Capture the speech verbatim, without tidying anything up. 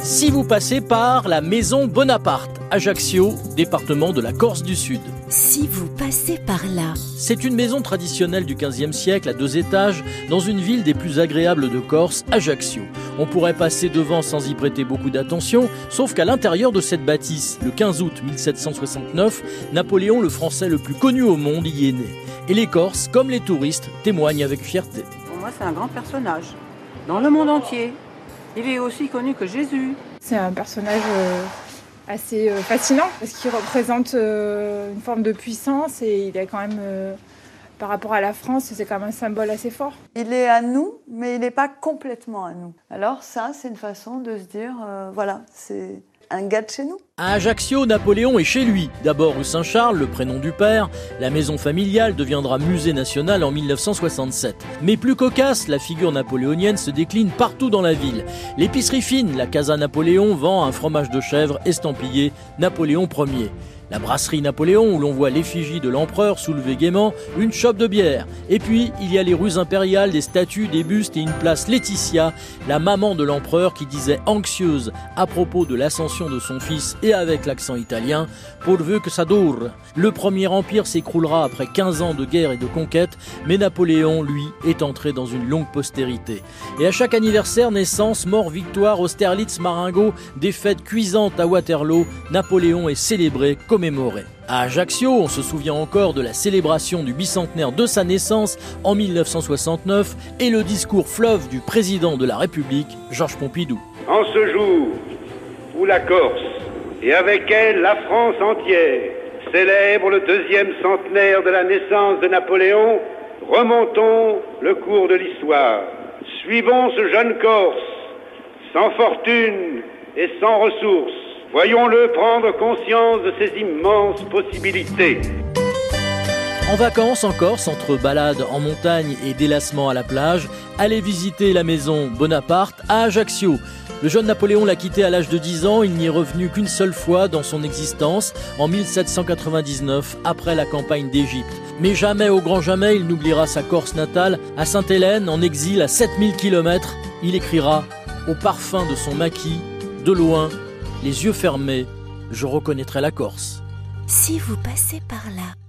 Si vous passez par la maison Bonaparte, Ajaccio, département de la Corse du Sud. Si vous passez par là. C'est une maison traditionnelle du quinzième siècle à deux étages dans une ville des plus agréables de Corse, Ajaccio. On pourrait passer devant sans y prêter beaucoup d'attention, sauf qu'à l'intérieur de cette bâtisse, le quinze août mille sept cent soixante-neuf, Napoléon, le Français le plus connu au monde, y est né. Et les Corses, comme les touristes, témoignent avec fierté. Pour moi, c'est un grand personnage. Dans le monde entier. Il est aussi connu que Jésus. C'est un personnage euh, assez euh, fascinant parce qu'il représente euh, une forme de puissance et il est quand même, euh, par rapport à la France, c'est quand même un symbole assez fort. Il est à nous, mais il n'est pas complètement à nous. Alors ça, c'est une façon de se dire, euh, voilà, c'est un gars de chez nous. À Ajaccio, Napoléon est chez lui. D'abord rue Saint-Charles, le prénom du père. La maison familiale deviendra musée national en mille neuf cent soixante-sept. Mais plus cocasse, la figure napoléonienne se décline partout dans la ville. L'épicerie fine, la Casa Napoléon, vend un fromage de chèvre estampillé Napoléon Ier. La brasserie Napoléon, où l'on voit l'effigie de l'empereur soulevée gaiement, une chope de bière. Et puis, il y a les rues impériales, des statues, des bustes et une place Laetitia, la maman de l'empereur qui disait anxieuse à propos de l'ascension de son fils et avec l'accent italien, pourvu que ça dure. Le premier empire s'écroulera après quinze ans de guerre et de conquête, mais Napoléon, lui, est entré dans une longue postérité. Et à chaque anniversaire, naissance, mort, victoire, Austerlitz, Marengo, défaite cuisante à Waterloo, Napoléon est célébré, commémoré. À Ajaccio, on se souvient encore de la célébration du bicentenaire de sa naissance en mille neuf cent soixante-neuf et le discours fleuve du président de la République, Georges Pompidou. En ce jour où la Corse, et avec elle la France entière, célèbre le deuxième centenaire de la naissance de Napoléon, remontons le cours de l'histoire. Suivons ce jeune Corse, sans fortune et sans ressources. Voyons-le prendre conscience de ses immenses possibilités. En vacances en Corse, entre balades en montagne et délassement à la plage, allez visiter la maison Bonaparte à Ajaccio. Le jeune Napoléon l'a quitté à l'âge de dix ans, il n'y est revenu qu'une seule fois dans son existence, en mille sept cent quatre-vingt-dix-neuf, après la campagne d'Égypte. Mais jamais, au grand jamais, il n'oubliera sa Corse natale. À Sainte-Hélène, en exil à sept mille kilomètres, il écrira « Au parfum de son maquis, de loin, les yeux fermés, je reconnaîtrai la Corse. » Si vous passez par là.